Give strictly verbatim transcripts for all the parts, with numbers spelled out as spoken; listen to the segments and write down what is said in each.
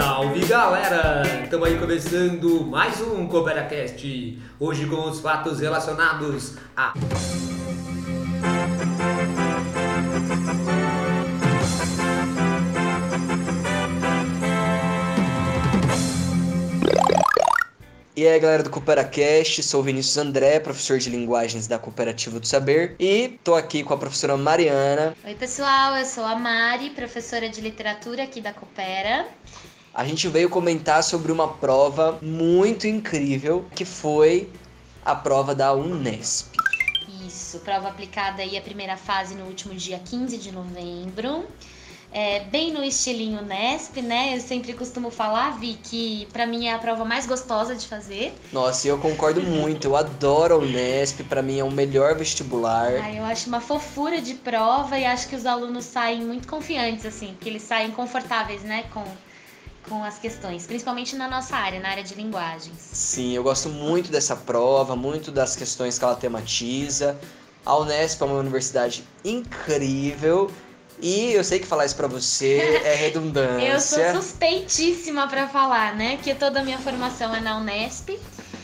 Salve galera! Estamos aí começando mais um CooperaCast, hoje com os fatos relacionados a... E aí galera do CooperaCast, sou o Vinícius André, professor de linguagens da Cooperativa do Saber, e tô aqui com a professora Mariana. Oi pessoal, eu sou a Mari, professora de literatura aqui da Coopera. A gente veio comentar sobre uma prova muito incrível, que foi a prova da Unesp. Isso, prova aplicada aí a primeira fase no último dia quinze de novembro. É, bem no estilinho Unesp, né? Eu sempre costumo falar, Vi, que pra mim é a prova mais gostosa de fazer. Nossa, eu concordo muito, eu adoro a Unesp, pra mim é o melhor vestibular. Ah, eu acho uma fofura de prova e acho que os alunos saem muito confiantes, assim, porque eles saem confortáveis, né, com, com as questões, principalmente na nossa área, na área de linguagens. Sim, eu gosto muito dessa prova, muito das questões que ela tematiza. A Unesp é uma universidade incrível. E eu sei que falar isso pra você é redundância. Eu sou suspeitíssima pra falar, né? Que toda a minha formação é na Unesp.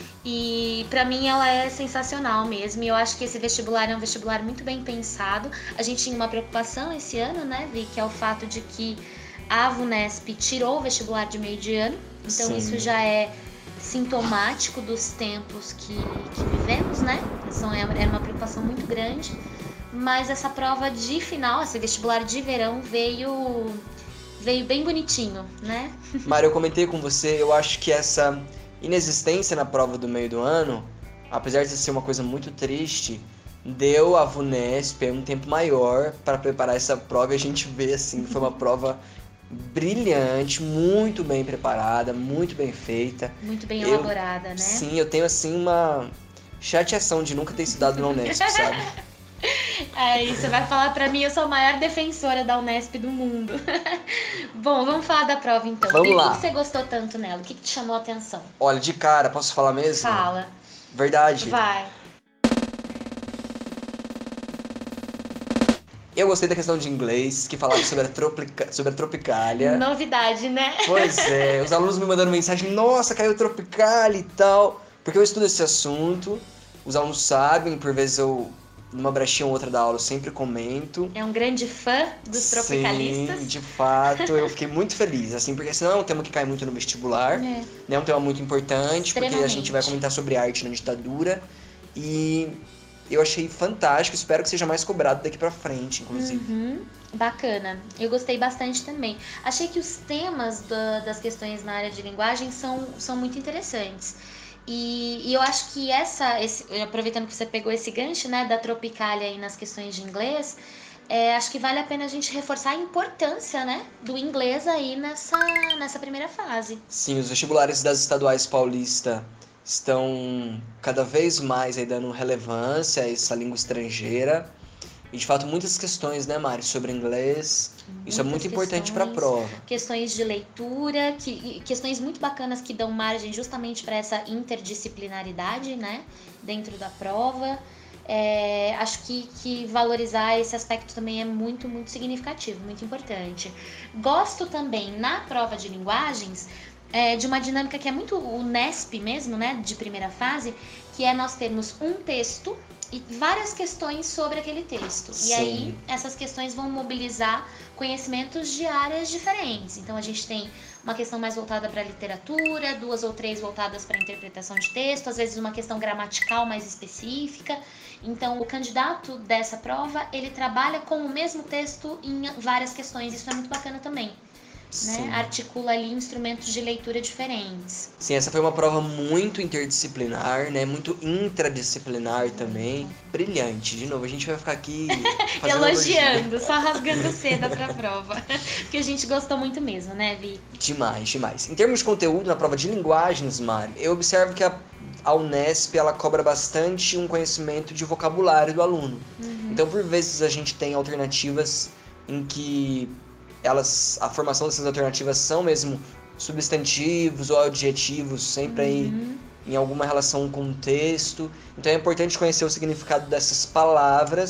E pra mim ela é sensacional mesmo. E eu acho que esse vestibular é um vestibular muito bem pensado. A gente tinha uma preocupação esse ano, né, Vi? Que é o fato de que a Vunesp tirou o vestibular de meio de ano. Então Sim. Isso já é sintomático dos tempos que, que vivemos, né? Então é uma preocupação muito grande. Mas essa prova de final, esse vestibular de verão veio, veio bem bonitinho, né? Mário, eu comentei com você, eu acho que essa inexistência na prova do meio do ano, apesar de ser uma coisa muito triste, deu à Vunesp um tempo maior para preparar essa prova e a gente vê assim, que foi uma prova brilhante, muito bem preparada, muito bem feita. Muito bem eu, elaborada, né? Sim, eu tenho assim uma chateação de nunca ter estudado na Unesp, sabe? Aí você vai falar pra mim, eu sou a maior defensora da Unesp do mundo. Bom, vamos falar da prova então. Vamos e lá. o que você gostou tanto nela? O que te chamou a atenção? Olha, de cara, posso falar mesmo? Fala. Verdade? Vai. Eu gostei da questão de inglês, que falava sobre a, tropica... sobre a Tropicália. Novidade, né? Pois é, os alunos me mandando mensagem, nossa, caiu Tropicália e tal. Porque eu estudo esse assunto, os alunos sabem, por vezes eu... numa brechinha ou outra da aula eu sempre comento. É um grande fã dos tropicalistas. Sim, de fato, eu fiquei muito feliz, assim, porque senão é um tema que cai muito no vestibular, é, é um tema muito importante, porque a gente vai comentar sobre arte na ditadura, e eu achei fantástico, espero que seja mais cobrado daqui pra frente, inclusive. Uhum, bacana, eu gostei bastante também. Achei que os temas da, das questões na área de linguagem são, são muito interessantes. E, e eu acho que essa, esse, aproveitando que você pegou esse gancho, né, da Tropicália aí nas questões de inglês, é, acho que vale a pena a gente reforçar a importância, né, do inglês aí nessa, nessa primeira fase. Sim, os vestibulares das estaduais paulista estão cada vez mais aí dando relevância a essa língua estrangeira. E, de fato, muitas questões, né, Mari, sobre inglês. Muitas Isso é muito importante para a prova. Questões de leitura, que, questões muito bacanas que dão margem justamente para essa interdisciplinaridade, né, dentro da prova. É, acho que, que valorizar esse aspecto também é muito, muito significativo, muito importante. Gosto também, na prova de linguagens, é, de uma dinâmica que é muito Unesp mesmo, né, de primeira fase, que é nós termos um texto e várias questões sobre aquele texto. Sim. E aí, essas questões vão mobilizar conhecimentos de áreas diferentes. Então, a gente tem uma questão mais voltada para a literatura, duas ou três voltadas para a interpretação de texto, às vezes uma questão gramatical mais específica. Então, o candidato dessa prova, ele trabalha com o mesmo texto em várias questões. Isso é muito bacana também. Né? Articula ali instrumentos de leitura diferentes. Sim, essa foi uma prova muito interdisciplinar, né? Muito intradisciplinar também. Brilhante. De novo, a gente vai ficar aqui elogiando, só rasgando seda pra prova. Porque a gente gostou muito mesmo, né, Vi? Demais, demais. Em termos de conteúdo, na prova de linguagens, Mari, eu observo que a, a Unesp, ela cobra bastante um conhecimento de vocabulário do aluno. Uhum. Então, por vezes, a gente tem alternativas em que elas, a formação dessas alternativas são mesmo substantivos ou adjetivos, sempre uhum. aí em alguma relação com o texto. Então é importante conhecer o significado dessas palavras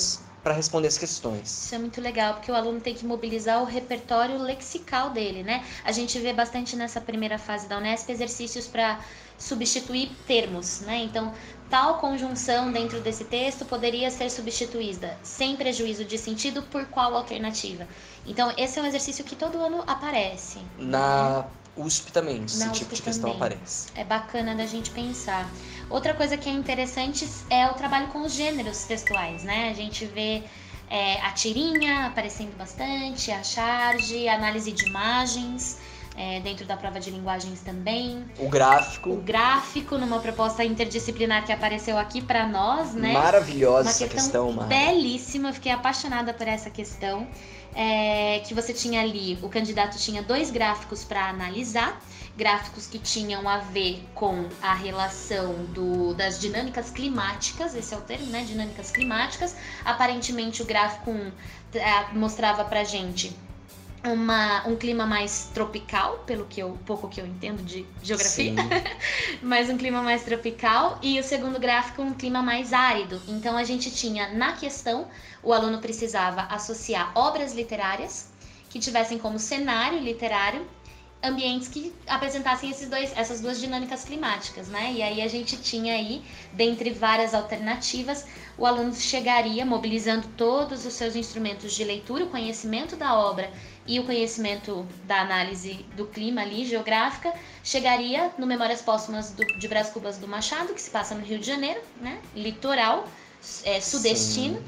para responder as questões. Isso é muito legal, porque o aluno tem que mobilizar o repertório lexical dele, né? A gente vê bastante nessa primeira fase da Unesp exercícios para substituir termos, né? Então, tal conjunção dentro desse texto poderia ser substituída, sem prejuízo de sentido, por qual alternativa? Então, esse é um exercício que todo ano aparece. Na U S P também, esse Na tipo U S P de questão também. aparece. É bacana da gente pensar. Outra coisa que é interessante é o trabalho com os gêneros textuais, né? A gente vê é, a tirinha aparecendo bastante, a charge, a análise de imagens, é, dentro da prova de linguagens também. O gráfico. O gráfico, numa proposta interdisciplinar que apareceu aqui para nós, né? Maravilhosa Uma essa questão questão, Mara. belíssima, eu fiquei apaixonada por essa questão. É, que você tinha ali, o candidato tinha dois gráficos para analisar, gráficos que tinham a ver com a relação do, das dinâmicas climáticas, esse é o termo, né? Dinâmicas climáticas. Aparentemente o gráfico um é, mostrava pra gente Uma, um clima mais tropical, pelo que eu, pouco que eu entendo de geografia, mas um clima mais tropical, e o segundo gráfico um clima mais árido. Então a gente tinha na questão, o aluno precisava associar obras literárias que tivessem como cenário literário ambientes que apresentassem esses dois, essas duas dinâmicas climáticas, né? E aí a gente tinha aí, dentre várias alternativas, o aluno chegaria mobilizando todos os seus instrumentos de leitura, o conhecimento da obra e o conhecimento da análise do clima ali, geográfica, chegaria no Memórias Póstumas do, de Brás Cubas do Machado, que se passa no Rio de Janeiro, né? Litoral, é, sudestino. Sim.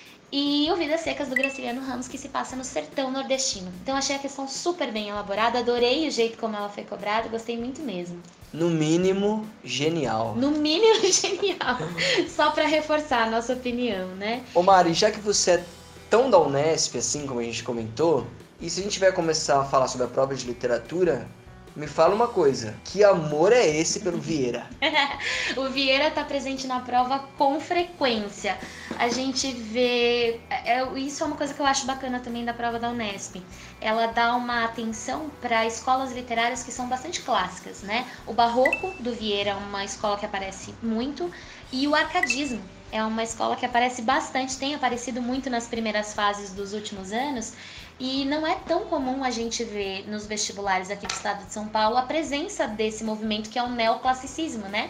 E o Vidas Secas do Graciliano Ramos, que se passa no sertão nordestino. Então achei a questão super bem elaborada, adorei o jeito como ela foi cobrada, gostei muito mesmo. No mínimo, genial. No mínimo, genial. Só para reforçar a nossa opinião, né? Ô Mari, já que você é tão da Unesp, assim como a gente comentou, e se a gente vai começar a falar sobre a prova de literatura, me fala uma coisa, que amor é esse pelo Vieira? O Vieira está presente na prova com frequência. A gente vê... É, isso é uma coisa que eu acho bacana também da prova da Unesp. Ela dá uma atenção para escolas literárias que são bastante clássicas, né? O Barroco do Vieira é uma escola que aparece muito, e o Arcadismo é uma escola que aparece bastante, tem aparecido muito nas primeiras fases dos últimos anos. E não é tão comum a gente ver nos vestibulares aqui do estado de São Paulo a presença desse movimento que é o neoclassicismo, né?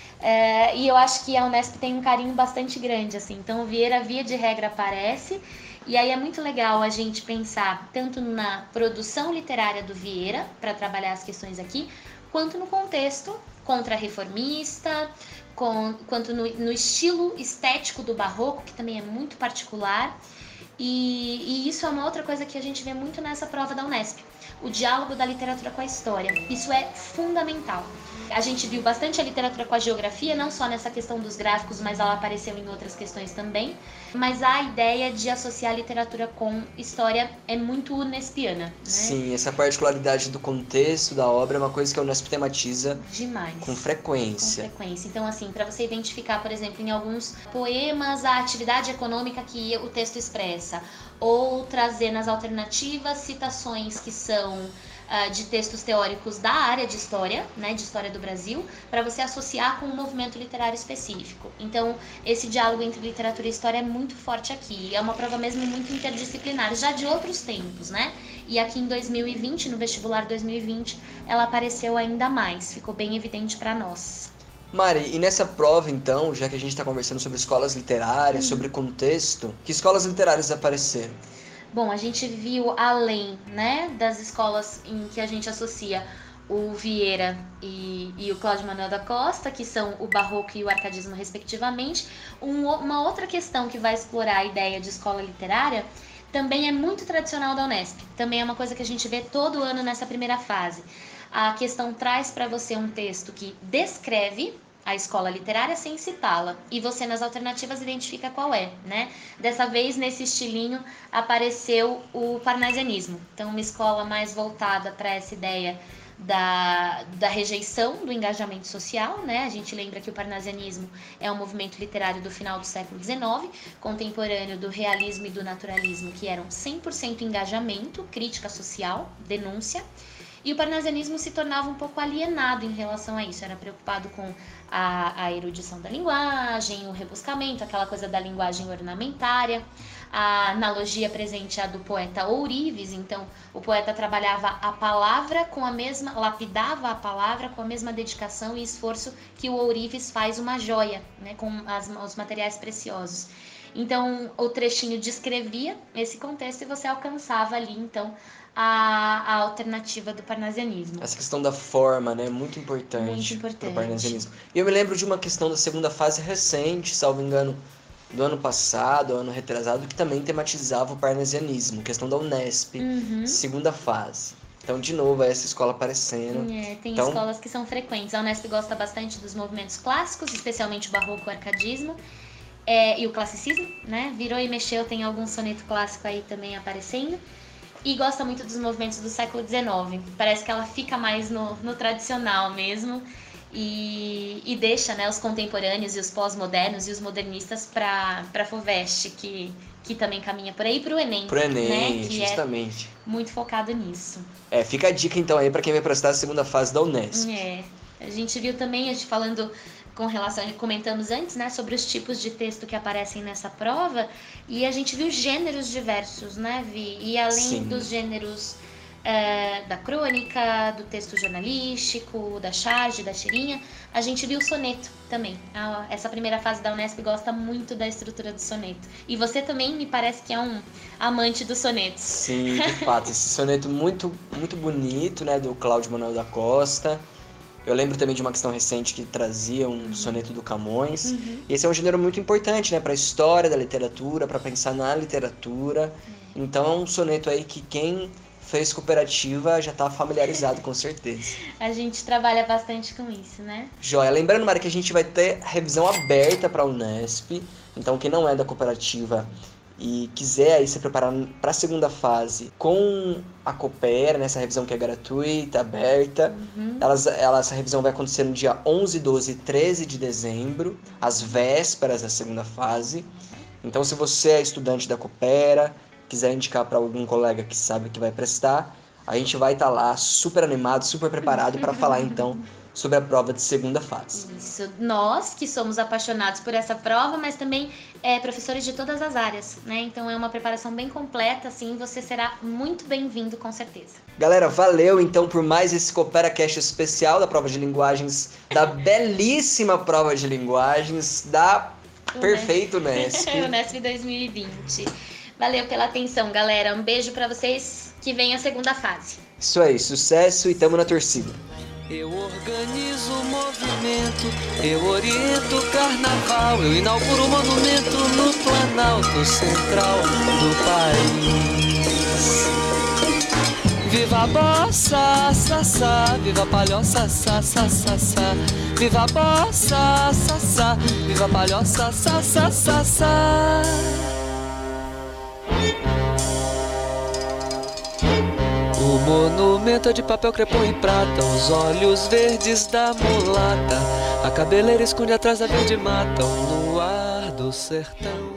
É, e eu acho que a Unesp tem um carinho bastante grande, assim. Então o Vieira, via de regra, aparece. E aí é muito legal a gente pensar tanto na produção literária do Vieira, para trabalhar as questões aqui, quanto no contexto contra-reformista, com, quanto no, no estilo estético do barroco, que também é muito particular. E, e isso é uma outra coisa que a gente vê muito nessa prova da Unesp, o diálogo da literatura com a história. Isso é fundamental. A gente viu bastante a literatura com a geografia, não só nessa questão dos gráficos, mas ela apareceu em outras questões também. Mas a ideia de associar a literatura com história é muito unespiana, né? Sim, essa particularidade do contexto da obra é uma coisa que a Unesp tematiza demais, com frequência. Com frequência. Então, assim, para você identificar, por exemplo, em alguns poemas a atividade econômica que o texto expressa, ou trazer nas alternativas citações que são uh, de textos teóricos da área de história, né, de história do Brasil, para você associar com um movimento literário específico. Então, esse diálogo entre literatura e história é muito forte aqui. É uma prova mesmo muito interdisciplinar, já de outros tempos, né? E aqui em dois mil e vinte, no vestibular dois mil e vinte, ela apareceu ainda mais, ficou bem evidente para nós. Mari, e nessa prova então, já que a gente está conversando sobre escolas literárias, uhum. sobre contexto, que escolas literárias apareceram? Bom, a gente viu além, né, das escolas em que a gente associa o Vieira e, e o Cláudio Manuel da Costa, que são o Barroco e o Arcadismo respectivamente, um, uma outra questão que vai explorar a ideia de escola literária também é muito tradicional da Unesp, também é uma coisa que a gente vê todo ano nessa primeira fase. A questão traz para você um texto que descreve a escola literária sem citá-la, e você nas alternativas identifica qual é, né? Dessa vez, nesse estilinho, apareceu o parnasianismo, então uma escola mais voltada para essa ideia da, da rejeição do engajamento social, né? A gente lembra que o parnasianismo é um movimento literário do final do século dezenove, contemporâneo do realismo e do naturalismo, que eram cem por cento engajamento, crítica social, denúncia. E o parnasianismo se tornava um pouco alienado em relação a isso, era preocupado com a, a erudição da linguagem, o rebuscamento, aquela coisa da linguagem ornamentária. a analogia presente é a do poeta Ourives. Então, o poeta trabalhava a palavra com a mesma, lapidava a palavra com a mesma dedicação e esforço que o ourives faz uma joia, né, com as, os materiais preciosos. Então, o trechinho descrevia esse contexto e você alcançava ali, então, a, a alternativa do parnasianismo. Essa questão da forma, né, muito importante, Muito importante. para o parnasianismo. E eu me lembro de uma questão da segunda fase recente, salvo engano, do ano passado, ano retrasado, que também tematizava o parnasianismo, questão da Unesp, Uhum. segunda fase. Então, de novo, essa escola aparecendo. É, tem então, escolas que são frequentes. A Unesp gosta bastante dos movimentos clássicos, especialmente o barroco e o arcadismo. É, e o classicismo, né? Virou e mexeu, tem algum soneto clássico aí também aparecendo. E gosta muito dos movimentos do século dezenove. Parece que ela fica mais no, no tradicional mesmo. E, e deixa, né, os contemporâneos e os pós-modernos e os modernistas para a FUVEST, que, que também caminha por aí, para o Enem. Pro Enem, né? Que justamente. É muito focado nisso. É, fica a dica então aí para quem vai prestar a segunda fase da Unesp. É, a gente viu também, a gente falando com relação, comentamos antes, né, sobre os tipos de texto que aparecem nessa prova, e a gente viu gêneros diversos, né, Vi? E além Sim. dos gêneros é, da crônica, do texto jornalístico, da charge, da tirinha, a gente viu o soneto também. A, essa primeira fase da Unesp gosta muito da estrutura do soneto. E você também me parece que é um amante dos sonetos. Sim, de fato, esse soneto muito, muito bonito, né, do Cláudio Manuel da Costa. Eu lembro também de uma questão recente que trazia um soneto do Camões. Uhum. E esse é um gênero muito importante, né, para a história da literatura, para pensar na literatura. Uhum. Então é um soneto aí que quem fez cooperativa já está familiarizado, com certeza. A gente trabalha bastante com isso, né? Joia. Lembrando, Mara, que a gente vai ter revisão aberta para a Unesp. Então quem não é da cooperativa e quiser aí se preparar para a segunda fase com a Coopera, nessa revisão que é gratuita, aberta, Uhum. elas, ela, essa revisão vai acontecer no dia onze, doze e treze de dezembro, às vésperas da segunda fase. Então, se você é estudante da Coopera, quiser indicar para algum colega que sabe que vai prestar, a gente vai estar tá lá super animado, super preparado para falar então sobre a prova de segunda fase. Isso, nós que somos apaixonados por essa prova, mas também é, professores de todas as áreas, né? Então é uma preparação bem completa, assim, você será muito bem-vindo, com certeza. Galera, valeu então por mais esse Coopera Cast especial da prova de linguagens, da belíssima prova de linguagens, da Perfeito Unesp. Unesp dois mil e vinte. Valeu pela atenção, galera. Um beijo pra vocês, que vem a segunda fase. Isso aí, sucesso e tamo na torcida. Eu organizo o movimento, eu oriento o carnaval, eu inauguro o monumento no Planalto Central do país. Viva a bossa, sassá, viva a palhoça, sassá, sassá. Viva a bossa, sassá, viva a palhoça, sassá, sassá. O monumento é de papel crepom e prata, os olhos verdes da mulata, a cabeleira esconde atrás da verde mata, o luar do sertão.